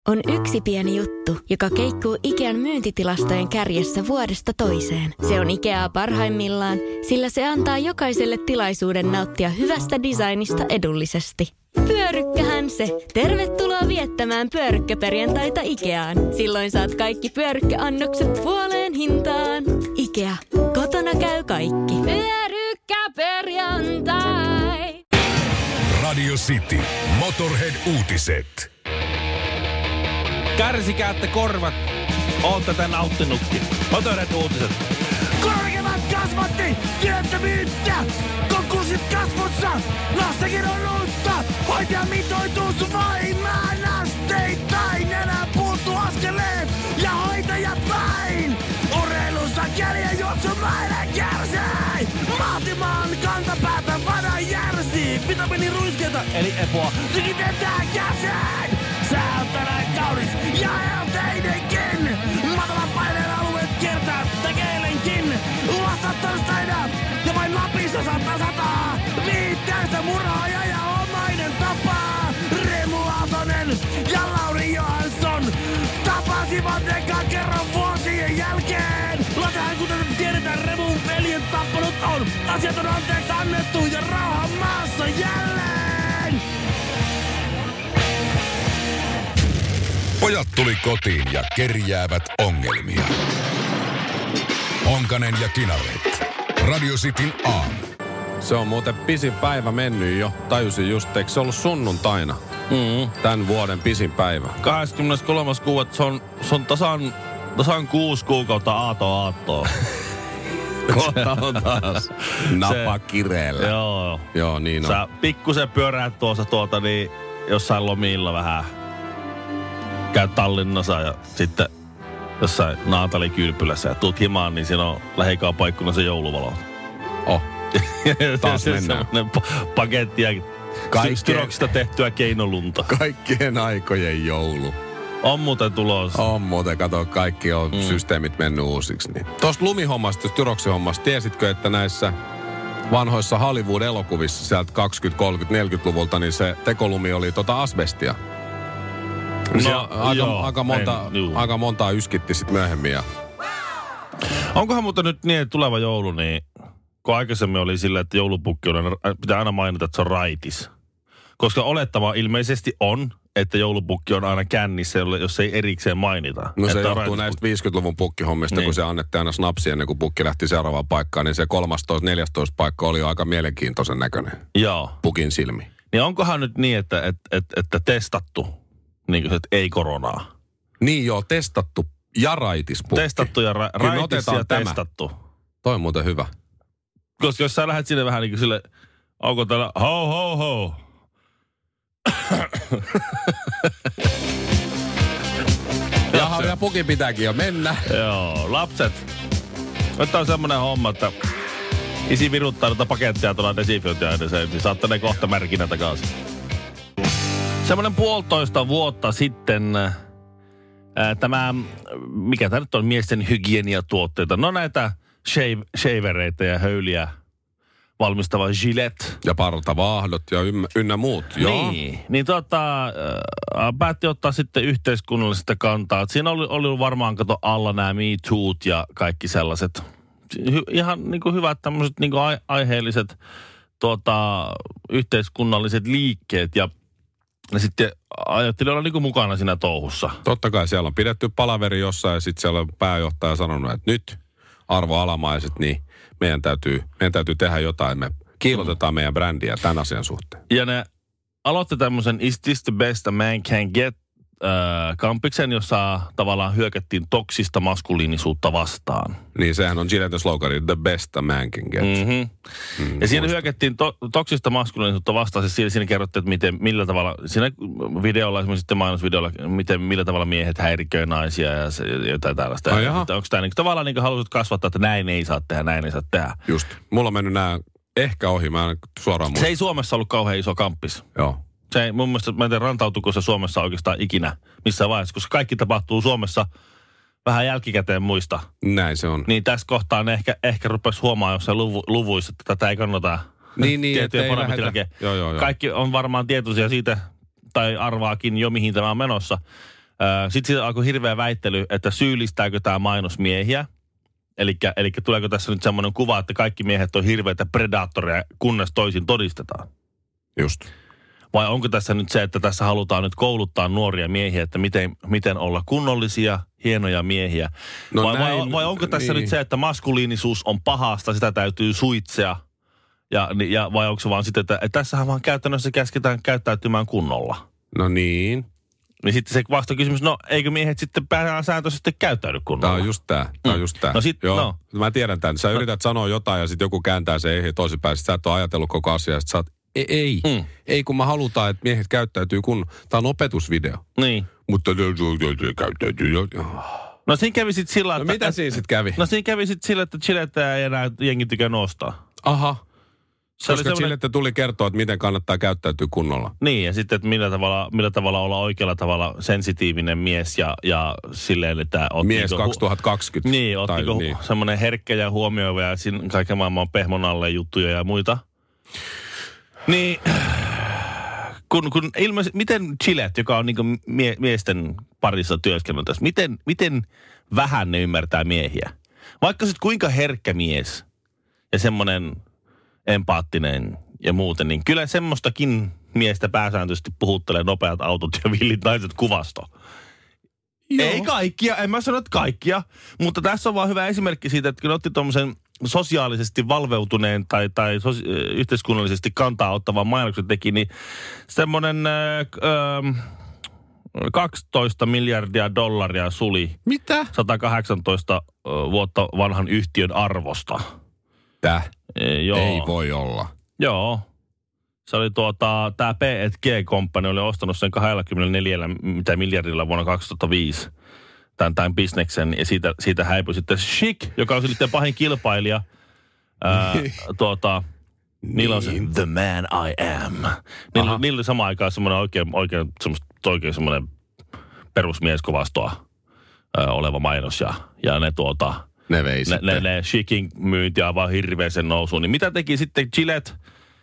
On yksi pieni juttu, joka keikkuu Ikean myyntitilastojen kärjessä vuodesta toiseen. Se on Ikeaa parhaimmillaan, sillä se antaa jokaiselle tilaisuuden nauttia hyvästä designista edullisesti. Pyörykkähän se! Tervetuloa viettämään pyörykkäperjantaita Ikeaan. Silloin saat kaikki pyörykkäannokset puoleen hintaan. Ikea. Kotona käy kaikki. Pyörykkäperjantai! Radio City. Motorhead-uutiset. Kärsikäätte korvat. Ootte tän nauttinutkin. Motorhead-uutiset. Korkevat kasvatti! Työttömyyttä! Konkurssit kasvussa! Lassakin on uutta! Hoitajamitoitus voimaan asteittain! Enää puuttuu askeleet ja hoitajat vain! Urheilussa kärjen juoksumainen kärsii! Maatimaan kantapäätä vadan järsii! Vitamiiniruiskeita eli epoa tykitetään käsiin! Sää on tänään kaunis ja helteinenkin! Matalan paineen alueet kiertää tekeilenkin! Vasta torstaina ja vain Lapissa saattaa sataa! Viittäistä murhaaja ja omainen tapaa! Remu Aaltonen ja Lauri Johansson tapasivat ekan kerran vuosien jälkeen! Latehan kuten tiedetään Remun veljen tappanut on! Asiat on anteeksi annettu ja rauha maassa jälleen! Pojat tuli kotiin ja kerjäävät ongelmia. Onkanen ja Kinaret. Radio Cityn aamu. Se on muuten pisin päivä mennyt jo. Tajusin just, eikö se ollut sunnuntaina? Tän vuoden pisin päivä. 23.6. Se on tasan 6 kuukautta aattoa. Kohta on taas napa kireellä. Joo, niin on. Sä pikkusen pyöräät tuossa niin jossain lomilla vähän. Käy Tallinnassa ja sitten jossain Naantali-Kylpylässä ja tuut himaan, niin siinä on lähikauppaikkuna se jouluvalo. Taas mennään. Semmoinen paketti ja styroksista tehtyä keinolunta. Kaikkien aikojen joulu. On muuten tulossa. On muuten, kato, kaikki on systeemit mennyt uusiksi. Niin. Tuosta lumihommasta, styroksihommasta, tiesitkö, että näissä vanhoissa Hollywood-elokuvissa sieltä 20, 30, 40-luvulta, niin se tekolumi oli asbestia. No, aika montaa yskitti sitten myöhemmin. Onkohan muuten nyt niin, että tuleva joulu, niin kun aikaisemmin oli sillä, että joulupukki on, pitää aina mainita, että se on raitis. Koska olettava ilmeisesti on, että joulupukki on aina kännissä, jos ei erikseen mainita. No se johtuu näistä 50-luvun pukkihommista, niin. Kun se annettiin aina snapsi ennen kuin pukki lähti seuraavaan paikkaan, niin se 13, 14 paikka oli jo aika mielenkiintoisen näköinen. Joo. Pukin silmi. Niin onkohan nyt niin, että testattu? Niin kuin, että ei koronaa. Niin joo, testattu ja raitispukki. Testattu ja raitis ja testattu. Toi on muuten hyvä. Koska jos sä lähdet sinne vähän niin kuin sille, onko täällä ho ho ho. Ja pukin pitääkin jo mennä. Joo, lapset. Nyt on semmoinen homma, että isi viruttaa noita paketteja tuolla desifiointia edeseen, niin saatte ne kohta märkinä takaisin. Semmoinen 1,5 vuotta sitten tämä, mikä tämä nyt on, miesten hygieniatuotteita. No näitä shavereita ja höyliä valmistava Gillette. Ja partavaahdot ja ynnä muut, joo. Niin päätti ottaa sitten yhteiskunnallisesta kantaa. Siinä oli varmaan alla nämä Me Toot ja kaikki sellaiset ihan niin kuin hyvät tämmöiset niin kuin aiheelliset yhteiskunnalliset liikkeet ja sitten ajattelin olla niin kuin mukana siinä touhussa. Totta kai siellä on pidetty palaveri jossain ja sitten siellä on pääjohtaja sanonut, että nyt arvoalamaiset, niin meidän täytyy tehdä jotain. Me kiilotetaan meidän brändiä tämän asian suhteen. Ja ne aloitti tämmöisen Is this the best a man can get kampiksen, jossa tavallaan hyökättiin toksista maskuliinisuutta vastaan. Niin, sehän on Gilletten slogani, the best a man can get. Ja siinä hyökättiin toksista maskuliinisuutta vastaan. Siis siinä kerrottiin, että millä tavalla, siinä videolla, esimerkiksi sitten mainosvideolla, millä tavalla miehet häiriköi naisia ja jotain tällaista. Onko tämä niin, tavallaan niin haluaisit kasvattaa, että näin ei saa tehdä. Just. Mulla on mennyt nämä ehkä ohi, mä en suoraan muista. Se ei Suomessa ollut kauhean iso kamppis. Joo. Se ei, mun mielestä, mä en tiedä, rantautuuko se Suomessa oikeastaan ikinä missään vaiheessa, koska kaikki tapahtuu Suomessa vähän jälkikäteen muista. Näin se on. Niin tässä kohtaa ne ehkä rupesi huomaamaan jossain luvuissa, että tätä ei kannata tiettyjä parametrilla. Joo. Kaikki on varmaan tietoisia siitä, tai arvaakin jo mihin tämä on menossa. Sitten siitä alkoi hirveä väittely, että syyllistääkö tämä mainos miehiä. Eli tuleeko tässä nyt semmoinen kuva, että kaikki miehet on hirveitä predaattoreja, kunnes toisin todistetaan. Just. Vai onko tässä nyt se, että tässä halutaan nyt kouluttaa nuoria miehiä, että miten olla kunnollisia, hienoja miehiä? No vai onko tässä nyt se, että maskuliinisuus on pahasta, sitä täytyy suitsea? Vai onko se vaan sitten, että tässähän vaan käytännössä käsketään käyttäytymään kunnolla? No niin. Niin sitten se vastakysymys, no eikö miehet sitten pääsääntöisesti käyttäydy kunnolla? Tämä on just tämä. No sit, joo, no. Mä tiedän tämän. Sä yrität sanoa jotain ja sitten joku kääntää se ei toisinpäin. Sitten sä et ole ajatellut koko asiaa. Sitten sä oot, ei kun mä halutaan, että miehet käyttäytyy kunnolla. Tämä on opetusvideo. Niin. Mutta käyttäytyy. No siinä kävi sitten sillä, että... No mitä siinä sitten kävi? No siinä kävi sitten sillä, että Gillettä ei enää jengi tykkää nostaa. Aha. Se Koska Gillette tuli kertoa, että miten kannattaa käyttäytyä kunnolla. Niin, ja sitten, että millä tavalla olla oikealla tavalla sensitiivinen mies ja silleen, että... Mies 2020. Niin, ottiko semmoinen herkkä ja huomioiva ja kaiken maailman pehmon alle juttuja ja muita. Niin, kun ilmeisesti, miten Gillette, joka on niinku miesten parissa työskennellyt tässä, miten vähän ne ymmärtää miehiä? Vaikka sitten kuinka herkkä mies ja semmoinen... empaattinen ja muuten, niin kyllä semmoistakin miestä pääsääntöisesti puhuttelee nopeat autot ja villit naiset kuvasto. Joo. Ei kaikkia, en mä sano, että kaikkia, mutta tässä on vaan hyvä esimerkki siitä, että kun otti tuommoisen sosiaalisesti valveutuneen tai yhteiskunnallisesti kantaa ottavan mainoksen teki, niin semmoinen 12 miljardia dollaria suli. Mitä? 118 vuotta vanhan yhtiön arvosta. Täh? Joo. Ei voi olla. Joo. Se oli tämä P&G-komppani oli ostanut sen 24 miljardilla vuonna 2005 tämän bisneksen. Ja siitä häipyi sitten Chic, joka on sitten pahin kilpailija. Niillä on se The Man I Am. Niillä oli samaan aikaan semmoinen oikein semmoinen perusmieskovastoa oleva mainos. Ja ne ne vei sitten. Ne Chicin myynti aivan hirveäsen nousuun. Niin mitä teki sitten Gillette?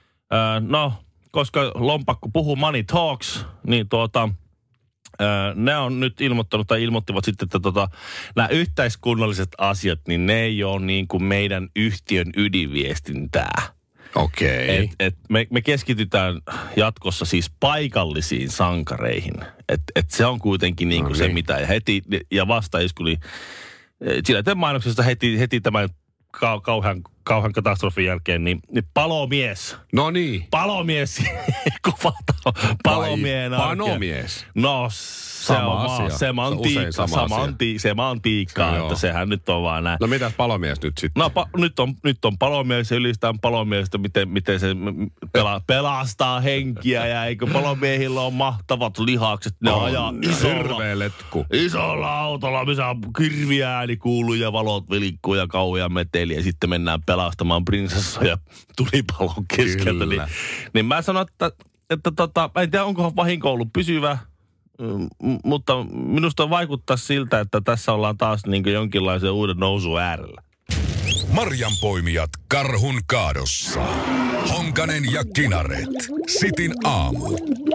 Koska lompakko puhuu money talks, niin ne on nyt ilmoittivat sitten, että nämä yhteiskunnalliset asiat, niin ne ei ole niin kuin meidän yhtiön ydinviestintää. Okei. Me keskitytään jatkossa siis paikallisiin sankareihin. Et se on kuitenkin niin kuin se, mitä ja vastaisku, niin Gilletten mainoksesta heti tämän kauhean katastrofin jälkeen, niin palomies. No niin. Palomies kuvataan. Panomies. No se on semantiikkaa, että sehän nyt on vaan näin. No mitäs palomies nyt sitten? No nyt on palomies ja ylistään palomiestä, miten se pelastaa henkiä ja eikö palomiehillä ole mahtavat lihakset. Ne ajaa isolla autolla, missä kirviääni kuuluu ja valot vilikkuu ja kauhean meteli ja sitten mennään pelastamaan prinsessoja tulipalon keskeltä. Niin mä sanon, että en tiedä onko vahinko ollut pysyvä, mutta minusta vaikuttaa siltä, että tässä ollaan taas niin kuin jonkinlaisen uuden nousun äärellä. Marjanpoimijat karhun kaadossa. Honkanen ja Kinaret. Sitin aamu.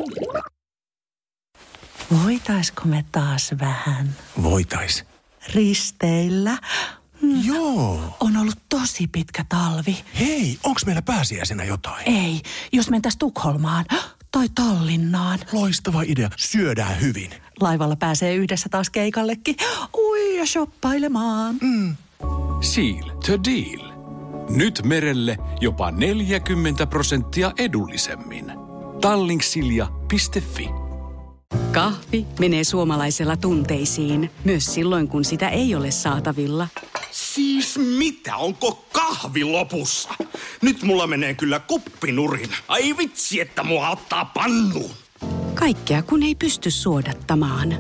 Voitaisko me taas vähän? Voitais. Risteillä? Joo. On ollut tosi pitkä talvi. Hei, onks meillä pääsiäisenä jotain? Ei, jos mentäis Tukholmaan tai Tallinnaan. Loistava idea. Syödään hyvin. Laivalla pääsee yhdessä taas keikallekin. Ui, ja shoppailemaan. Seal to deal. Nyt merelle jopa 40% edullisemmin. Tallingsilja.fi. Kahvi menee suomalaisella tunteisiin, myös silloin kun sitä ei ole saatavilla. Siis mitä? Onko kahvi lopussa? Nyt mulla menee kyllä kuppinurin. Ai vitsi, että mua ottaa pannuun. Kaikkea kun ei pysty suodattamaan.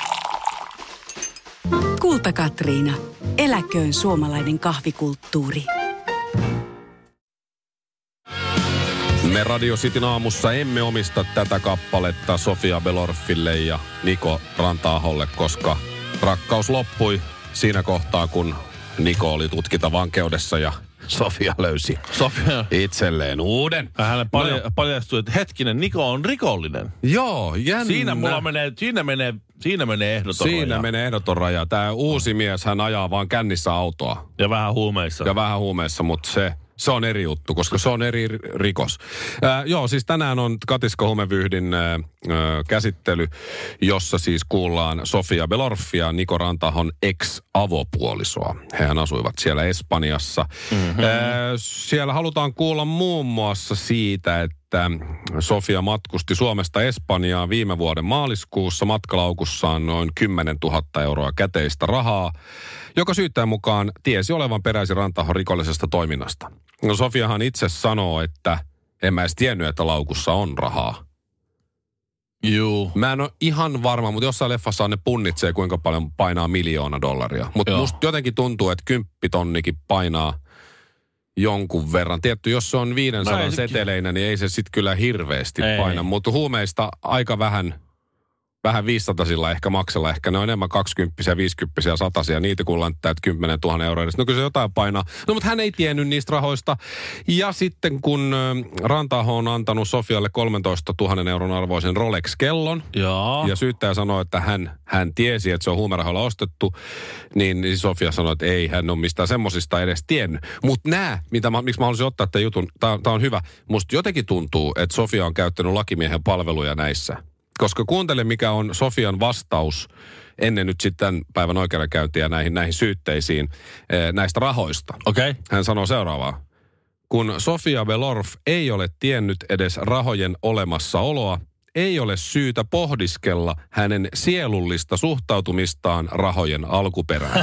Kulta Katriina. Eläköön suomalainen kahvikulttuuri. Me Radio Cityn aamussa emme omista tätä kappaletta Sofia Belorfille ja Niko Ranta-aholle, koska rakkaus loppui siinä kohtaa, kun Niko oli tutkintavankeudessa ja Sofia löysi Sofia. itselleen uuden. Hänelle paljastui, että hetkinen, Niko on rikollinen. Joo, jännä. Siinä menee ehdoton raja. Siinä menee ehdoton raja. Tämä uusi mies, hän ajaa vaan kännissä autoa. Ja vähän huumeissa. Mutta se on eri juttu, koska se on eri rikos. Joo, siis tänään on Katiska Humevyhdin käsittely, jossa siis kuullaan Sofia Belorffia, Niko Rantahon ex-avopuolisoa. Hehän asuivat siellä Espanjassa. Siellä halutaan kuulla muun muassa siitä, että Sofia matkusti Suomesta Espanjaan viime vuoden maaliskuussa matkalaukussaan noin 10 000 euroa käteistä rahaa, joka syyttäjän mukaan tiesi olevan peräisin Rantahon rikollisesta toiminnasta. No Sofiahan itse sanoo, että en mä edes tiennyt, että laukussa on rahaa. Juu. Mä en ole ihan varma, mutta jossain leffassa ne punnitsee, kuinka paljon painaa $1 miljoonaa. Mutta musta jotenkin tuntuu, että 10 tonnikin painaa jonkun verran. Tietty, jos se on 500 seteleinä, niin ei se sitten kyllä hirveästi paina. Mutta huumeista aika vähän 500 ehkä maksella. Ehkä ne on enemmän 20, 50 ja 100. Niitä kun lanttaa 10 000 euroa edes. No kyllä se jotain painaa. No mutta hän ei tiennyt niistä rahoista. Ja sitten kun Rantaho on antanut Sofialle 13 000 euron arvoisen Rolex-kellon. Ja syyttäjä sanoi, että hän tiesi, että se on huumerahoilla ostettu. Niin Sofia sanoi, että ei hän ole mistään semmosista edes tiennyt. Mutta miksi mä haluaisin ottaa tämän jutun, tämä on hyvä. Musta jotenkin tuntuu, että Sofia on käyttänyt lakimiehen palveluja näissä. Koska kuuntele, mikä on Sofian vastaus ennen nyt sitten tämän päivän oikeudenkäyntiä näihin syytteisiin näistä rahoista. Okay. Hän sanoo seuraavaa. Kun Sofia Belorff ei ole tiennyt edes rahojen olemassaoloa, ei ole syytä pohdiskella hänen sielullista suhtautumistaan rahojen alkuperään.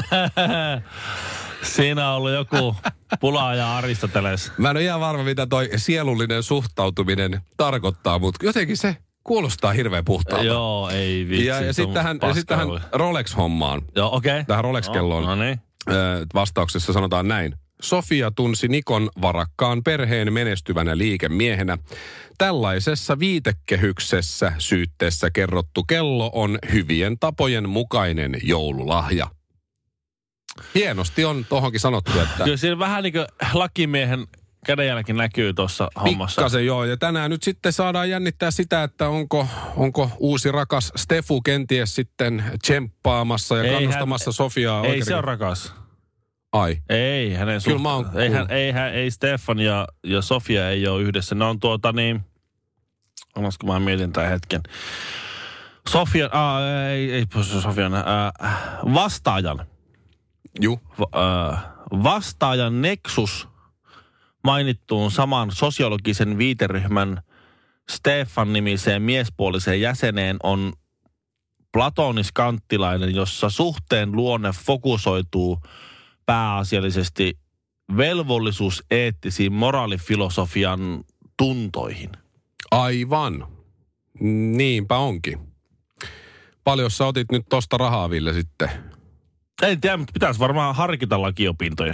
Siinä on ollut joku Pulaaja Aristoteles. Mä en ole ihan varma, mitä toi sielullinen suhtautuminen tarkoittaa, mutta jotenkin se kuulostaa hirveän puhtaalta. Joo, ei vitsi. Ja sitten tähän Rolex-hommaan. Joo, okei. Tähän Rolex-kelloon. No niin. Vastauksessa sanotaan näin. Sofia tunsi Nikon varakkaan perheen menestyvänä liikemiehenä. Tällaisessa viitekehyksessä syytteessä kerrottu kello on hyvien tapojen mukainen joululahja. Hienosti on tohonkin sanottu, että... Kyllä siinä vähän niin kuin lakimiehen kädenjälki näkyy tuossa hommassa. Pikkasen joo, ja tänään nyt sitten saadaan jännittää sitä, että onko uusi rakas Stefu kenties sitten tsemppaamassa ja kannustamassa Sofiaa oikein. Ei se ole rakas. Ai. Ei, hänen kyllä mä oon ei Stefan ja Sofia ei ole yhdessä. Ne on olisiko mä mietin tämän hetken. Sofian, vastaajan. Juu. Vastaajan Nexus mainittuun saman sosiologisen viiteryhmän Stefan-nimiseen miespuoliseen jäseneen on Platonis Kanttilainen, jossa suhteen luonne fokusoituu pääasiallisesti velvollisuuseettisiin moraalifilosofian tuntoihin. Aivan. Niinpä onkin. Paljon sä otit nyt tosta rahaa, Ville, sitten? En tiedä, mutta pitäisi varmaan harkita lakiopintoja.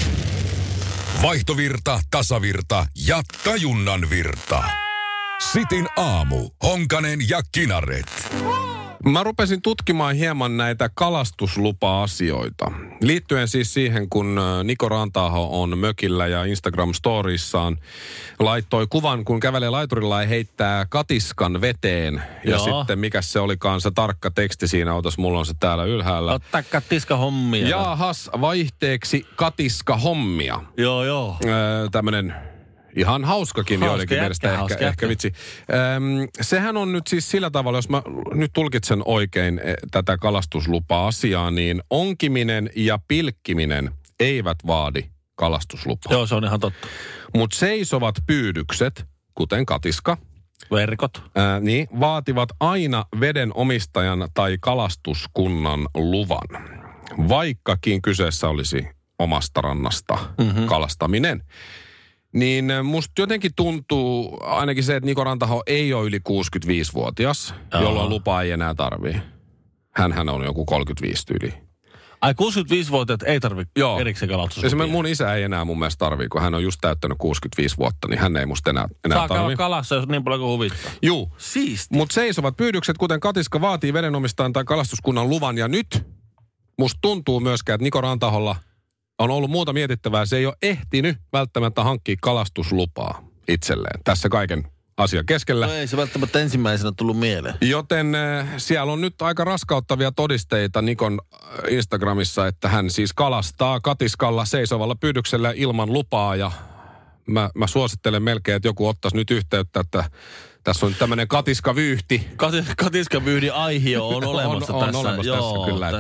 Vaihtovirta, tasavirta ja tajunnan virta. Sitin aamu. Honkanen ja Kinaret. Mä rupesin tutkimaan hieman näitä kalastuslupa-asioita. Liittyen siis siihen, kun Niko Rantaho on mökillä ja Instagram-storissaan laittoi kuvan, kun kävelee laiturilla ja heittää katiskan veteen. Ja sitten mikäs se olikaan se tarkka teksti siinä, otas, mulla on se täällä ylhäällä. Ottaa katiska hommia. Jaahas, vaihteeksi katiska hommia. Joo. Tämmönen... Ihan hauskakin joidenkin mielestä ehkä vitsi. Sehän on nyt siis sillä tavalla, jos mä nyt tulkitsen oikein tätä kalastuslupa-asiaa, niin onkiminen ja pilkkiminen eivät vaadi kalastuslupaa. Joo, se on ihan totta. Mutta seisovat pyydykset, kuten katiska, verkot, vaativat aina veden omistajan tai kalastuskunnan luvan. Vaikkakin kyseessä olisi omasta rannasta kalastaminen. Niin musta jotenkin tuntuu ainakin se, että Niko Rantaho ei ole yli 65-vuotias, jolloin lupaa ei enää tarvii. Hänhän on joku 35 tyyli. Ai 65-vuotiaat ei tarvitse erikseen kalastuslupia? Esimerkiksi mun isä ei enää mun mielestä tarvii, kun hän on just täyttänyt 65 vuotta, niin hän ei musta enää saa tarvii. Saa kalassa, jos niin paljon kuin huvittaa. Juu. Siisti. Mutta seisovat pyydykset, kuten katiska, vaatii vedenomistajan tai kalastuskunnan luvan. Ja nyt musta tuntuu myöskään, että Niko Rantaholla on ollut muuta mietittävää. Se ei ole ehtinyt välttämättä hankkia kalastuslupaa itselleen tässä kaiken asian keskellä. No ei se välttämättä ensimmäisenä tullut mieleen. Joten siellä on nyt aika raskauttavia todisteita Nikon Instagramissa, että hän siis kalastaa katiskalla seisovalla pyydyksellä ilman lupaa. Ja mä suosittelen melkein, että joku ottaisi nyt yhteyttä, että tässä on tämmöinen katiskavyyhti. Katiskavyyhdin aihio on olemassa tässä. On olemassa joo, tässä kyllä.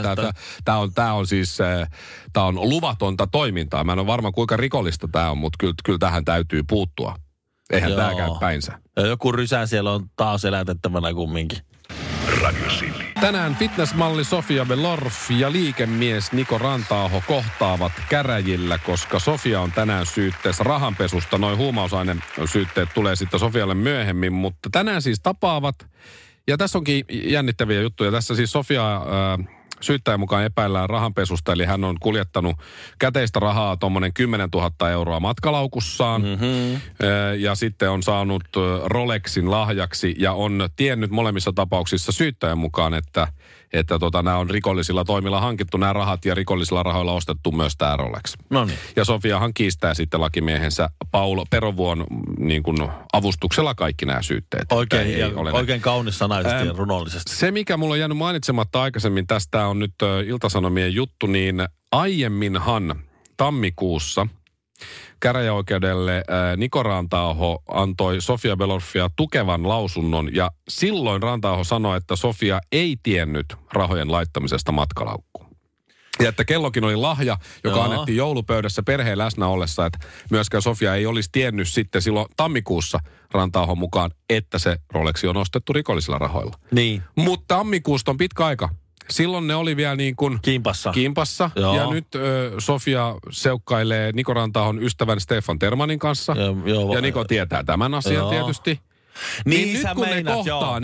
Tästä. Tämä on luvatonta toimintaa. Mä en ole varma kuinka rikollista tämä on, mutta kyllä tähän täytyy puuttua. Eihän tämä käy päinsä. Ja joku rysä siellä on taas elätettävänä kumminkin. Radio City. Tänään fitnessmalli Sofia Belorf ja liikemies Niko Ranta-aho kohtaavat käräjillä, koska Sofia on tänään syytteessä rahanpesusta. Noin huumausainen syytteet tulee sitten Sofialle myöhemmin, mutta tänään siis tapaavat. Ja tässä onkin jännittäviä juttuja. Tässä siis Sofia syyttäjän mukaan epäillään rahanpesusta, eli hän on kuljettanut käteistä rahaa tuommoinen 10 000 euroa matkalaukussaan. Ja sitten on saanut Rolexin lahjaksi ja on tiennyt molemmissa tapauksissa syyttäjän mukaan, että nämä on rikollisilla toimilla hankittu nämä rahat ja rikollisilla rahoilla ostettu myös tämä Rolex. Noniin. Ja Sofiahan kiistää sitten lakimiehensä Paul Perovuon niin kuin avustuksella kaikki nämä syytteet. Oikein kaunis sanaisesti ja runollisesti. Se, mikä mulla on jäänyt mainitsematta aikaisemmin, tästä on nyt Ilta-Sanomien juttu, niin aiemminhan tammikuussa käräjäoikeudelle Niko Ranta-aho antoi Sofia Belorfia tukevan lausunnon ja silloin Ranta-aho sanoi, että Sofia ei tiennyt rahojen laittamisesta matkalaukkuun. Ja että kellokin oli lahja, joka annettiin joulupöydässä perheen läsnä ollessa, että myöskään Sofia ei olisi tiennyt sitten silloin tammikuussa Ranta-ahon mukaan, että se Rolexi on ostettu rikollisilla rahoilla. Niin. Mutta tammikuusta on pitkä aika. Silloin ne oli vielä niin kuin kimpassa. Ja nyt Sofia seukkailee Niko Ranta-ahon ystävän Stefan Termanin kanssa. Ja Niko tietää tämän asian tietysti. Niin nyt kun ne kohtaa,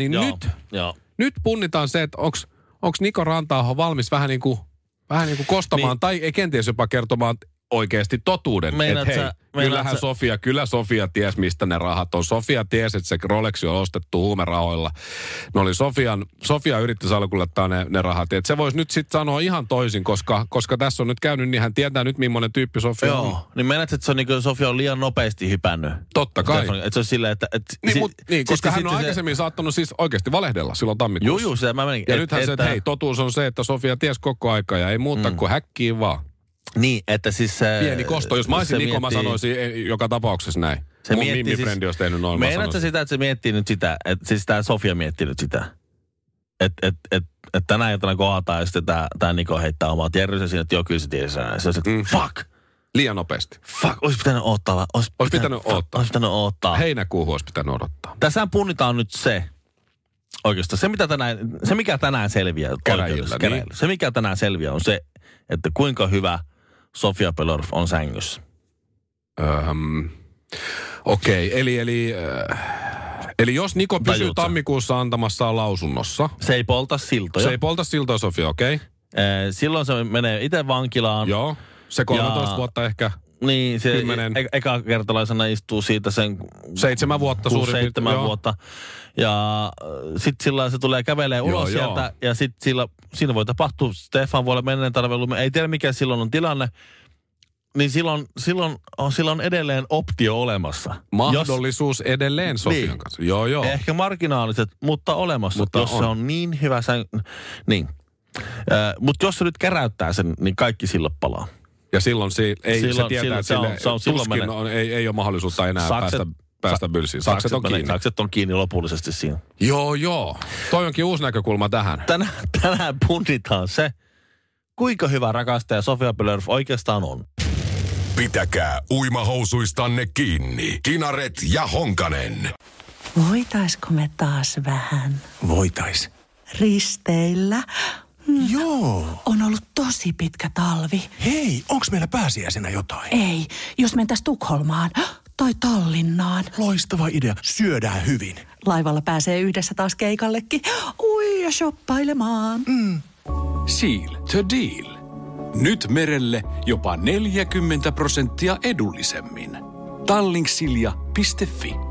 nyt punnitaan se, että onko Niko Ranta-aho valmis vähän niin kuin kostamaan tai ei kenties jopa kertomaan oikeasti totuuden. Että hei, kyllä Sofia ties, mistä ne rahat on. Sofia tiesi, että se Rolexi on ostettu huumerahoilla. Ne oli Sofia yritti salkulettaa ne rahat. Että se voisi nyt sitten sanoa ihan toisin, koska tässä on nyt käynyt, niin hän tietää nyt, millainen tyyppi Sofia on. Niin meinaat, että se on niin kuin Sofia on liian nopeasti hypännyt. Totta kai. Että se on silleen, että koska hän on aikaisemmin saattanut siis oikeasti valehdella silloin tammikuussa. Juu, sitä mä menin. Ja nythän se, että hei, totuus on se, että Sofia ties koko aika ja ei muuta kuin häkkiin vaan. Niin, että siis... pieni kosto. Jos mä olisin Niko, mä sanoisin joka tapauksessa näin. Mun mimifrendi olisi tehnyt noin. Meinaatko sitä, että se miettii nyt sitä, että siis tämä Sofia miettii nyt sitä, että tänä iltana kohdataan ja sitten tämä Niko heittää omaa järjensä siinä, että joo, kyllä se tiedetään. Se on se, että fuck! Liian nopeasti. Fuck, olisi pitänyt odottaa. Olisi pitänyt odottaa. Heinäkuuhun olisi pitänyt odottaa. Tässä punnitaan nyt se, oikeastaan, se mikä tänään selviää. Käräjillä. Se mikä tänään selviää on se, että kuinka hyvä Sofia Belorf on sängyssä. Okei, eli jos Niko pysyy tammikuussa antamassaan lausunnossa. Se ei polta siltoja. Se ei polta siltoja, Sofia, okei. Silloin se menee itse vankilaan. Joo, se 13 vuotta ehkä. Niin, se eka kertalaisena istuu siitä sen 7 vuotta suurin piirtein. 7 vuotta. Ja sitten sillä se tulee kävelee ulos sieltä. Ja sitten siinä voi tapahtua, Stefan voi olla menneen tarvelu, ei tiedä mikä silloin on tilanne. Niin silloin on edelleen optio olemassa. Mahdollisuus edelleen Sofian kanssa. Joo. Ehkä marginaaliset, mutta olemassa. Mutta jos se on niin hyvä niin. Mutta jos se nyt käräyttää sen, niin kaikki silloin palaa. Ja silloin se tietää, että ei ole mahdollisuutta enää päästä bylsiin. Sakset on kiinni. Sakset on kiinni lopullisesti siinä. Joo. Toi onkin uusi näkökulma tähän. Tänään punnitaan se, kuinka hyvä rakastaja Sofia Belorf oikeastaan on. Pitäkää uimahousuistanne kiinni. Kinaret ja Honkanen. Voitaisko me taas vähän? Voitais. Risteillä? Joo. On ollut tosi pitkä talvi. Hei, onks meillä pääsiäisenä jotain? Ei, jos mentäis Tukholmaan tai Tallinnaan. Loistava idea. Syödään hyvin. Laivalla pääsee yhdessä taas keikallekin. Ui, ja shoppailemaan. Seal to deal. Nyt merelle jopa 40% edullisemmin. Tallingsilja.fi